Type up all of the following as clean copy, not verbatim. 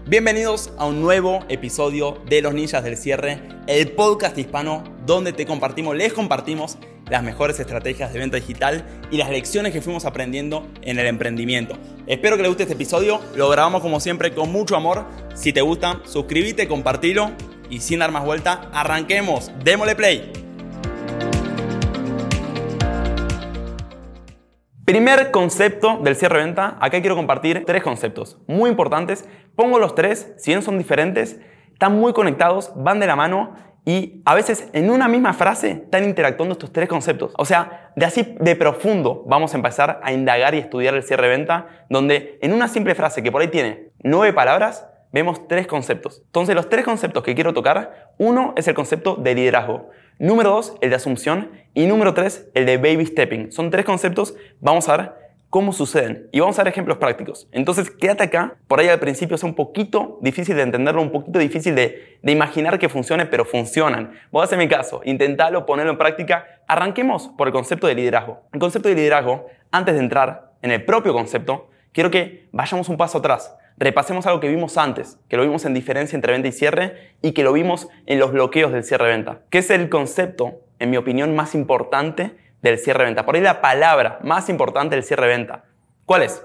Bienvenidos a un nuevo episodio de Los Ninjas del Cierre, el podcast hispano donde les compartimos las mejores estrategias de venta digital y las lecciones que fuimos aprendiendo en el emprendimiento. Espero que les guste este episodio, lo grabamos como siempre con mucho amor. Si te gusta, suscríbete, compartilo y sin dar más vuelta, arranquemos, démosle play. Primer concepto del cierre de venta. Acá quiero compartir 3 conceptos muy importantes. Pongo los 3, si bien son diferentes, están muy conectados, van de la mano y a veces en una misma frase están interactuando estos 3 conceptos. O sea, de profundo vamos a empezar a indagar y estudiar el cierre de venta, donde en una simple frase que por ahí tiene 9 palabras, vemos 3 conceptos. Entonces los 3 conceptos que quiero tocar, uno es el concepto de liderazgo. Número 2, el de asunción. Y número 3, el de baby stepping. Son 3 conceptos, vamos a ver cómo suceden. Y vamos a ver ejemplos prácticos. Entonces, quédate acá. Por ahí al principio es un poquito difícil de entenderlo, un poquito difícil de imaginar que funcione, pero funcionan. Voy a hacer mi caso, intentalo, ponerlo en práctica. Arranquemos por el concepto de liderazgo. El concepto de liderazgo, antes de entrar en el propio concepto, quiero que vayamos un paso atrás. Repasemos algo que vimos antes, que lo vimos en diferencia entre venta y cierre y que lo vimos en los bloqueos del cierre de venta, que es el concepto, en mi opinión, más importante del cierre de venta. Por ahí la palabra más importante del cierre de venta. ¿Cuál es?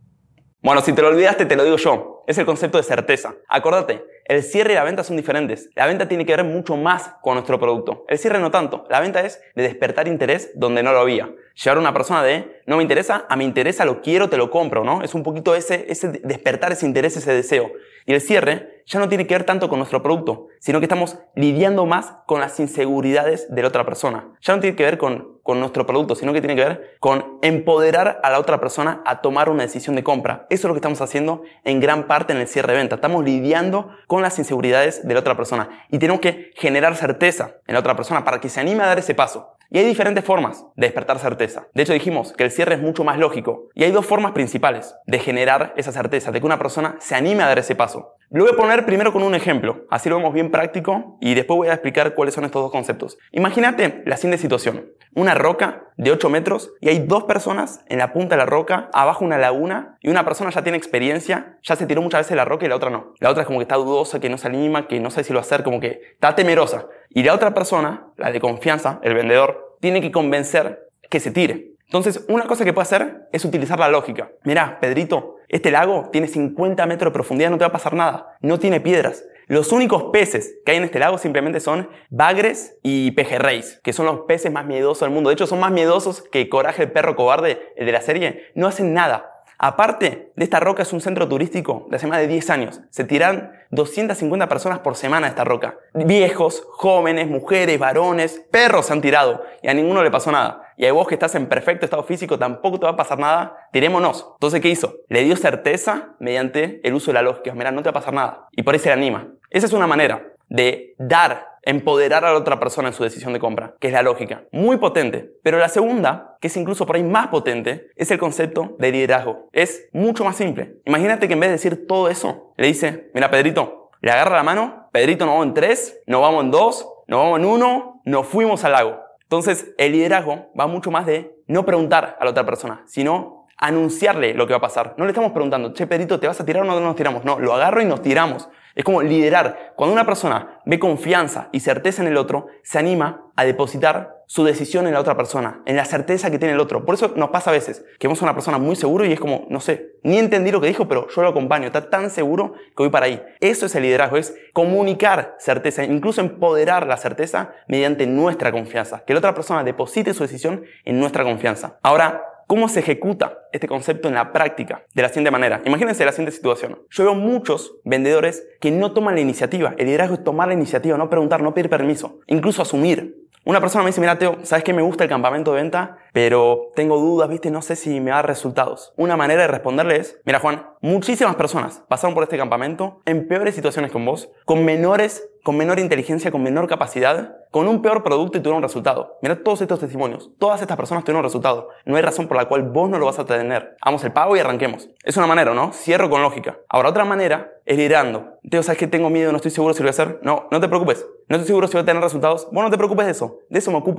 Bueno, si te lo olvidaste, te lo digo yo. Es el concepto de certeza. Acordate, el cierre y la venta son diferentes. La venta tiene que ver mucho más con nuestro producto. El cierre no tanto. La venta es de despertar interés donde no lo había. Llevar a una persona de no me interesa a me interesa, lo quiero, te lo compro, ¿no? Es un poquito ese despertar ese interés, ese deseo. Y el cierre ya no tiene que ver tanto con nuestro producto, sino que estamos lidiando más con las inseguridades de la otra persona. Ya no tiene que ver con nuestro producto, sino que tiene que ver con empoderar a la otra persona a tomar una decisión de compra. Eso es lo que estamos haciendo en gran parte en el cierre de venta. Estamos lidiando con las inseguridades de la otra persona y tenemos que generar certeza en la otra persona para que se anime a dar ese paso. Y hay diferentes formas de despertar certeza. De hecho, dijimos que el cierre es mucho más lógico. Y hay 2 formas principales de generar esa certeza, de que una persona se anime a dar ese paso. Lo voy a poner primero con un ejemplo. Así lo vemos bien práctico y después voy a explicar cuáles son estos 2 conceptos. Imagínate la siguiente situación. Una roca de 8 metros y hay 2 personas en la punta de la roca, abajo una laguna y una persona ya tiene experiencia, ya se tiró muchas veces la roca y la otra no. La otra es como que está dudosa, que no se anima, que no sabe si lo va a hacer, como que está temerosa. Y la otra persona, la de confianza, el vendedor, tiene que convencer que se tire. Entonces, una cosa que puede hacer es utilizar la lógica. Mirá, Pedrito, este lago tiene 50 metros de profundidad, no te va a pasar nada. No tiene piedras. Los únicos peces que hay en este lago simplemente son bagres y pejerreyes, que son los peces más miedosos del mundo. De hecho, son más miedosos que Coraje el perro cobarde, el de la serie. No hacen nada. Aparte de esta roca, es un centro turístico de hace más de 10 años. Se tiran 250 personas por semana a esta roca. Viejos, jóvenes, mujeres, varones, perros se han tirado y a ninguno le pasó nada. Y a vos que estás en perfecto estado físico tampoco te va a pasar nada, tirémonos. Entonces, ¿qué hizo? Le dio certeza mediante el uso de la lógica. Mirá, no te va a pasar nada. Y por ahí se le anima. Esa es una manera de empoderar a la otra persona en su decisión de compra, que es la lógica. Muy potente. Pero la segunda, que es incluso por ahí más potente, es el concepto de liderazgo. Es mucho más simple. Imagínate que en vez de decir todo eso, le dice, mira, Pedrito, le agarra la mano, Pedrito, nos vamos en 3, nos vamos en 2, nos vamos en 1, nos fuimos al lago. Entonces, el liderazgo va mucho más de no preguntar a la otra persona, sino anunciarle lo que va a pasar. No le estamos preguntando, che, Pedrito, ¿te vas a tirar o no nos tiramos? No, lo agarro y nos tiramos. Es como liderar. Cuando una persona ve confianza y certeza en el otro, se anima a depositar su decisión en la otra persona, en la certeza que tiene el otro. Por eso nos pasa a veces que vemos a una persona muy seguro y es como, no sé, ni entendí lo que dijo, pero yo lo acompaño. Está tan seguro que voy para ahí. Eso es el liderazgo, es comunicar certeza, incluso empoderar la certeza mediante nuestra confianza. Que la otra persona deposite su decisión en nuestra confianza. Ahora, ¿cómo se ejecuta este concepto en la práctica? De la siguiente manera. Imagínense la siguiente situación. Yo veo muchos vendedores que no toman la iniciativa. El liderazgo es tomar la iniciativa, no preguntar, no pedir permiso. Incluso asumir. Una persona me dice, mira, Teo, ¿sabes qué? Me gusta el campamento de venta, pero tengo dudas, ¿viste? No sé si me da resultados. Una manera de responderle es, mira, Juan, muchísimas personas pasaron por este campamento en peores situaciones que vos, con menor inteligencia, con menor capacidad, con un peor producto y tuvieron un resultado. Mira todos estos testimonios. Todas estas personas tuvieron un resultado. No hay razón por la cual vos no lo vas a tener. Hagamos el pago y arranquemos. Es una manera, ¿no? Cierro con lógica. Ahora, otra manera es liderando. Teo, ¿sabes qué? Tengo miedo, no estoy seguro si lo voy a hacer. No te preocupes. No estoy seguro si voy a tener resultados. Vos no te preocupes de eso. De eso me ocupo yo.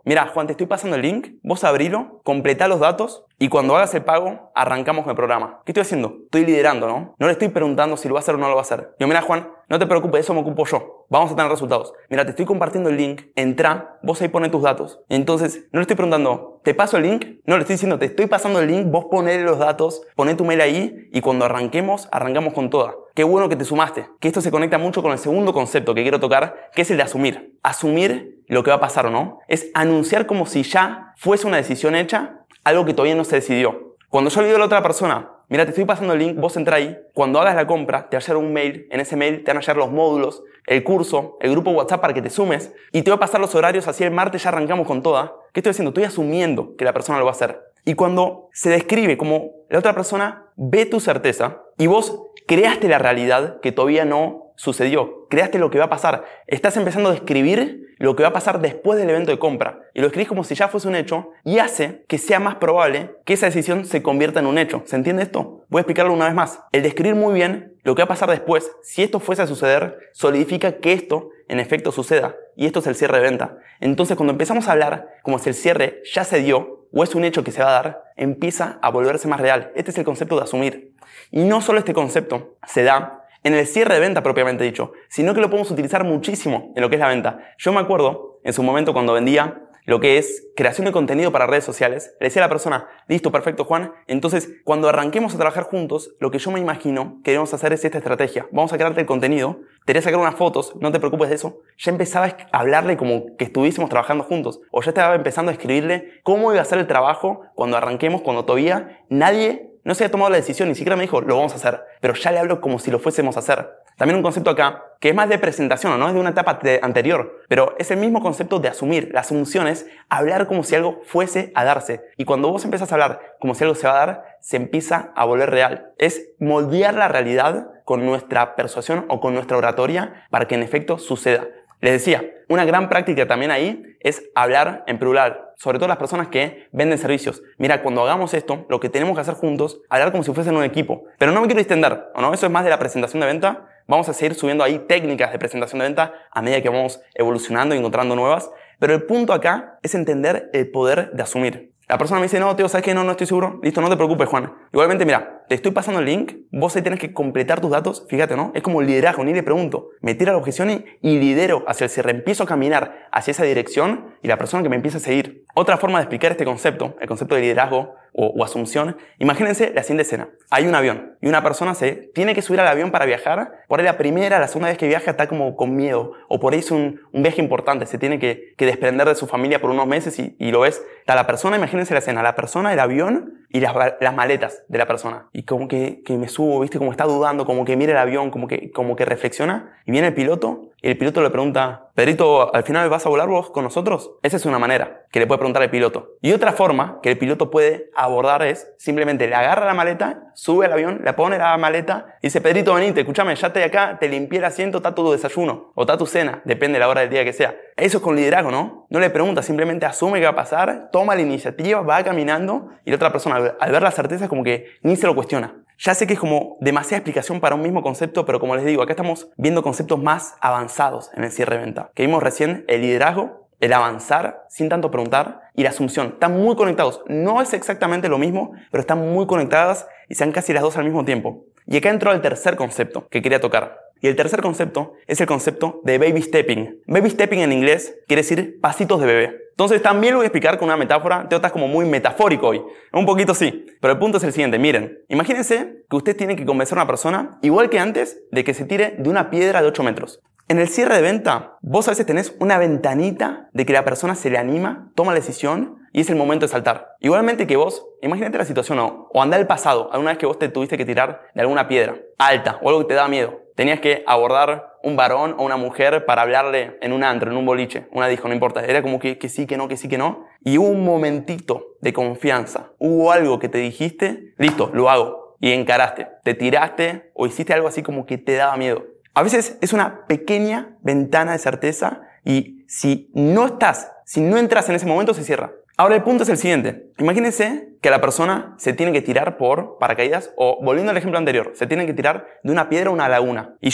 mira, Juan, te estoy pasando el link, vos abrilo, completá los datos y cuando hagas el pago, arrancamos con el programa. ¿Qué estoy haciendo? Estoy liderando, ¿no? No le estoy preguntando si lo va a hacer o no lo va a hacer. Yo, mira, Juan, no te preocupes, eso me ocupo yo. Vamos a tener resultados. Mira, te estoy compartiendo el link, entra, vos ahí pones tus datos. Entonces, no le estoy preguntando, ¿te paso el link? No, le estoy diciendo, te estoy pasando el link, vos ponele los datos, poné tu mail ahí y cuando arranquemos con toda. Qué bueno que te sumaste. Que esto se conecta mucho con el segundo concepto que quiero tocar, que es el de asumir. Asumir lo que va a pasar o no. Es anunciar como si ya fuese una decisión hecha, algo que todavía no se decidió. Cuando yo le digo a la otra persona, mira, te estoy pasando el link, vos entra ahí. Cuando hagas la compra, te va a llegar un mail. En ese mail te van a llegar los módulos, el curso, el grupo WhatsApp para que te sumes. Y te va a pasar los horarios, así el martes ya arrancamos con toda. ¿Qué estoy haciendo? Estoy asumiendo que la persona lo va a hacer. Y cuando se describe como la otra persona ve tu certeza y vos creaste la realidad que todavía no sucedió. Creaste lo que va a pasar. Estás empezando a describir lo que va a pasar después del evento de compra. Y lo escribís como si ya fuese un hecho y hace que sea más probable que esa decisión se convierta en un hecho. ¿Se entiende esto? Voy a explicarlo una vez más. El describir muy bien lo que va a pasar después, si esto fuese a suceder, solidifica que esto en efecto suceda. Y esto es el cierre de venta. Entonces, cuando empezamos a hablar como si el cierre ya se dio o es un hecho que se va a dar, empieza a volverse más real. Este es el concepto de asumir. Y no solo este concepto se da en el cierre de venta propiamente dicho, sino que lo podemos utilizar muchísimo en lo que es la venta. Yo me acuerdo en su momento cuando vendía lo que es creación de contenido para redes sociales, le decía a la persona, listo, perfecto, Juan, entonces cuando arranquemos a trabajar juntos, lo que yo me imagino que debemos hacer es esta estrategia. Vamos a crearte el contenido, te voy a sacar unas fotos, no te preocupes de eso. Ya empezaba a hablarle como que estuviésemos trabajando juntos, o ya estaba empezando a escribirle cómo iba a ser el trabajo cuando arranquemos, cuando todavía nadie no se había tomado la decisión, ni siquiera me dijo, lo vamos a hacer, pero ya le hablo como si lo fuésemos a hacer. También un concepto acá, que es más de presentación, no es de una etapa anterior, pero es el mismo concepto de asumir. La asunción es hablar como si algo fuese a darse. Y cuando vos empezás a hablar como si algo se va a dar, se empieza a volver real. Es moldear la realidad con nuestra persuasión o con nuestra oratoria para que en efecto suceda. Les decía, una gran práctica también ahí es hablar en plural, sobre todo las personas que venden servicios. Mira, cuando hagamos esto, lo que tenemos que hacer juntos, hablar como si fuesen un equipo. Pero no me quiero extender, ¿no? Eso es más de la presentación de venta. Vamos a seguir subiendo ahí técnicas de presentación de venta a medida que vamos evolucionando y encontrando nuevas. Pero el punto acá es entender el poder de asumir. La persona me dice, no, tío, ¿sabes qué? No estoy seguro. Listo, no te preocupes, Juan. Igualmente, mira, te estoy pasando el link, vos ahí tenés que completar tus datos. Fíjate, ¿no? Es como liderazgo, ni le pregunto. Me tira la objeción y lidero hacia el cierre. Empiezo a caminar hacia esa dirección y la persona que me empieza a seguir. Otra forma de explicar este concepto, el concepto de liderazgo o asunción, imagínense la siguiente escena. Hay un avión y una persona se tiene que subir al avión para viajar. Por ahí la primera, la segunda vez que viaja está como con miedo. O por ahí es un viaje importante. Se tiene que desprender de su familia por unos meses y lo ves. Está la persona, imagínense la escena. La persona, el avión y las maletas de la persona. Y como que me subo, ¿viste? Como está dudando, como que mira el avión, como que reflexiona. Y viene el piloto y el piloto le pregunta, Pedrito, ¿al final vas a volar vos con nosotros? Esa es una manera que le puede preguntar el piloto. Y otra forma que el piloto puede abordar es simplemente le agarra la maleta, sube al avión, le pone la maleta y dice, Pedrito, venite, escúchame, ya estoy acá, te limpié el asiento, está tu desayuno o está tu cena, depende de la hora del día que sea. Eso es con liderazgo, ¿no? No le pregunta, simplemente asume que va a pasar, toma la iniciativa, va caminando y la otra persona al ver la certeza como que ni se lo cuestiona. Ya sé que es como demasiada explicación para un mismo concepto, pero como les digo, acá estamos viendo conceptos más avanzados en el cierre de venta. Que vimos recién el liderazgo, el avanzar sin tanto preguntar y la asunción. Están muy conectados. No es exactamente lo mismo, pero están muy conectadas y sean casi las dos al mismo tiempo. Y acá entró el tercer concepto que quería tocar. Y el tercer concepto es el concepto de baby stepping. Baby stepping en inglés quiere decir pasitos de bebé. Entonces también lo voy a explicar con una metáfora. Te estás como muy metafórico hoy. Un poquito sí. Pero el punto es el siguiente. Miren, imagínense que usted tiene que convencer a una persona, igual que antes, de que se tire de una piedra de 8 metros. En el cierre de venta, vos a veces tenés una ventanita de que la persona se le anima, toma la decisión y es el momento de saltar. Igualmente que vos, imagínate la situación o anda al pasado, alguna vez que vos te tuviste que tirar de alguna piedra alta o algo que te da miedo. Tenías que abordar un varón o una mujer para hablarle en un antro, en un boliche, una disco, no importa. Era como que sí, que no, que sí, que no. Y hubo un momentito de confianza. Hubo algo que te dijiste, listo, lo hago. Y encaraste, te tiraste o hiciste algo así como que te daba miedo. A veces es una pequeña ventana de certeza y si no entras en ese momento, se cierra. Ahora el punto es el siguiente. Imagínense que la persona se tiene que tirar por paracaídas o, volviendo al ejemplo anterior, se tiene que tirar de una piedra a una laguna. Y yo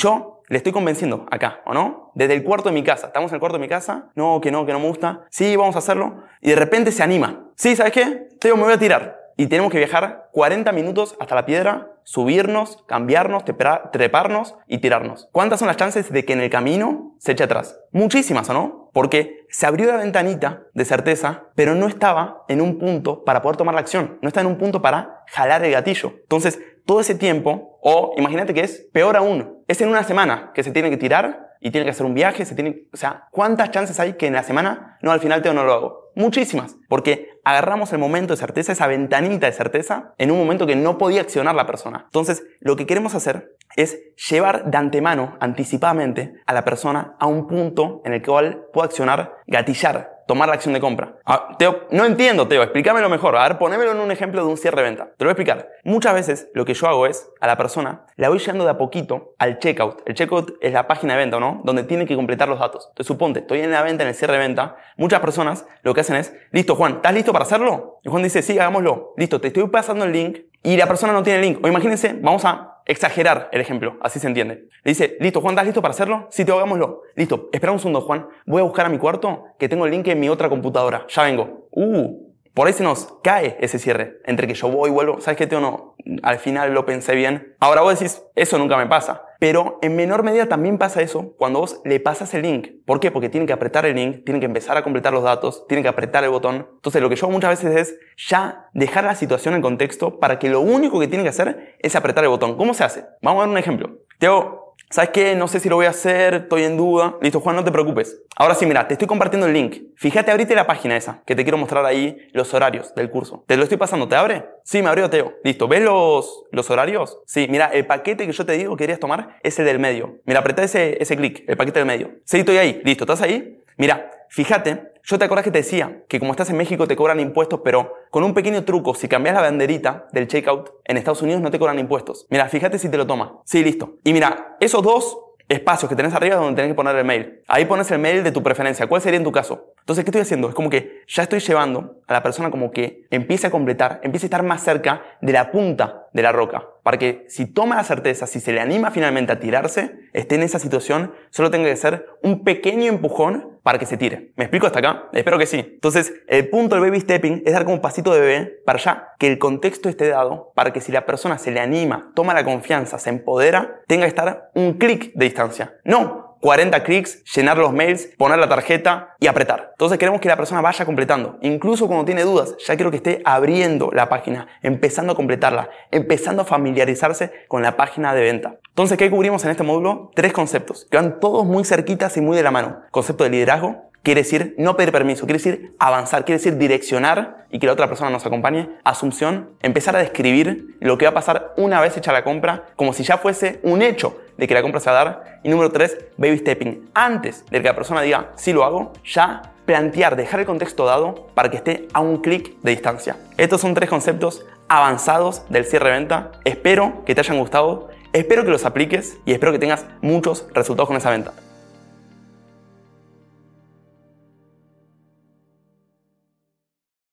le estoy convenciendo acá, ¿o no? Desde el cuarto de mi casa. Estamos en el cuarto de mi casa. No, que no me gusta. Sí, vamos a hacerlo. Y de repente se anima. Sí, ¿sabes qué? Teo, me voy a tirar. Y tenemos que viajar 40 minutos hasta la piedra, subirnos, cambiarnos, treparnos y tirarnos. ¿Cuántas son las chances de que en el camino se eche atrás? Muchísimas, ¿o no? Porque se abrió la ventanita de certeza, pero no estaba en un punto para poder tomar la acción. No está en un punto para jalar el gatillo. Entonces, todo ese tiempo, o imagínate que es peor aún, es en una semana que se tiene que tirar y tiene que hacer un viaje, o sea, ¿cuántas chances hay que en la semana, no, al final Teo no lo hago? Muchísimas, porque agarramos el momento de certeza, esa ventanita de certeza, en un momento que no podía accionar la persona. Entonces, lo que queremos hacer es llevar de antemano, anticipadamente, a la persona a un punto en el cual pueda accionar, gatillar, tomar la acción de compra. Teo, no entiendo, Teo, explícamelo mejor. A ver, ponémelo en un ejemplo de un cierre de venta. Te lo voy a explicar. Muchas veces lo que yo hago es, a la persona, la voy llevando de a poquito al checkout. El checkout es la página de venta, ¿no? Donde tiene que completar los datos. Entonces, suponte, estoy en la venta, en el cierre de venta. Muchas personas lo que hacen es, listo, Juan, ¿estás listo para hacerlo? Y Juan dice, sí, hagámoslo. Listo, te estoy pasando el link y la persona no tiene el link. O imagínense, vamos a exagerar el ejemplo, así se entiende. Le dice, listo, Juan, ¿estás listo para hacerlo? Sí, Teo, hagámoslo. Listo, espera un segundo, Juan. Voy a buscar a mi cuarto, que tengo el link en mi otra computadora. Ya vengo. Por ahí se nos cae ese cierre. Entre que yo voy y vuelvo. ¿Sabes qué, Teo? No, al final lo pensé bien. Ahora vos decís, eso nunca me pasa. Pero en menor medida también pasa eso cuando vos le pasas el link. ¿Por qué? Porque tienen que apretar el link, tienen que empezar a completar los datos, tienen que apretar el botón. Entonces lo que yo hago muchas veces es ya dejar la situación en contexto para que lo único que tienen que hacer es apretar el botón. ¿Cómo se hace? Vamos a ver un ejemplo. Teo, ¿sabes qué? No sé si lo voy a hacer, estoy en duda. Listo, Juan, no te preocupes. Ahora sí, mira, te estoy compartiendo el link. Fíjate, abrite la página esa, que te quiero mostrar ahí los horarios del curso. Te lo estoy pasando, ¿te abre? Sí, me abrió, Teo. Listo, ¿ves los horarios? Sí, mira, el paquete que yo te digo que querías tomar es el del medio. Mira, apretá ese clic, el paquete del medio. Sí, estoy ahí. Listo, ¿estás ahí? Mira, fíjate, yo te acordás que te decía que como estás en México te cobran impuestos, pero con un pequeño truco, si cambias la banderita del checkout, en Estados Unidos no te cobran impuestos. Mira, fíjate si te lo toma. Sí, listo. Y mira, esos dos espacios que tenés arriba es donde tenés que poner el mail. Ahí pones el mail de tu preferencia. ¿Cuál sería en tu caso? Entonces, ¿qué estoy haciendo? Es como que ya estoy llevando a la persona como que empiece a completar, empiece a estar más cerca de la punta de la roca. Para que si toma la certeza, si se le anima finalmente a tirarse, esté en esa situación, solo tenga que ser un pequeño empujón para que se tire. ¿Me explico hasta acá? Espero que sí. Entonces, el punto del baby stepping es dar como un pasito de bebé para ya que el contexto esté dado, para que si la persona se le anima, toma la confianza, se empodera, tenga que estar un clic de distancia. No 40 clics, llenar los mails, poner la tarjeta y apretar. Entonces queremos que la persona vaya completando. Incluso cuando tiene dudas, ya quiero que esté abriendo la página, empezando a completarla, empezando a familiarizarse con la página de venta. Entonces, ¿qué cubrimos en este módulo? 3 conceptos, que van todos muy cerquitas y muy de la mano. Concepto de liderazgo, quiere decir no pedir permiso, quiere decir avanzar, quiere decir direccionar y que la otra persona nos acompañe. Asunción, empezar a describir lo que va a pasar una vez hecha la compra, como si ya fuese un hecho de que la compra se va a dar. Y número 3, baby stepping. Antes de que la persona diga sí lo hago, ya plantear, dejar el contexto dado para que esté a un clic de distancia. Estos son 3 conceptos avanzados del cierre de venta. Espero que te hayan gustado, espero que los apliques y espero que tengas muchos resultados con esa venta.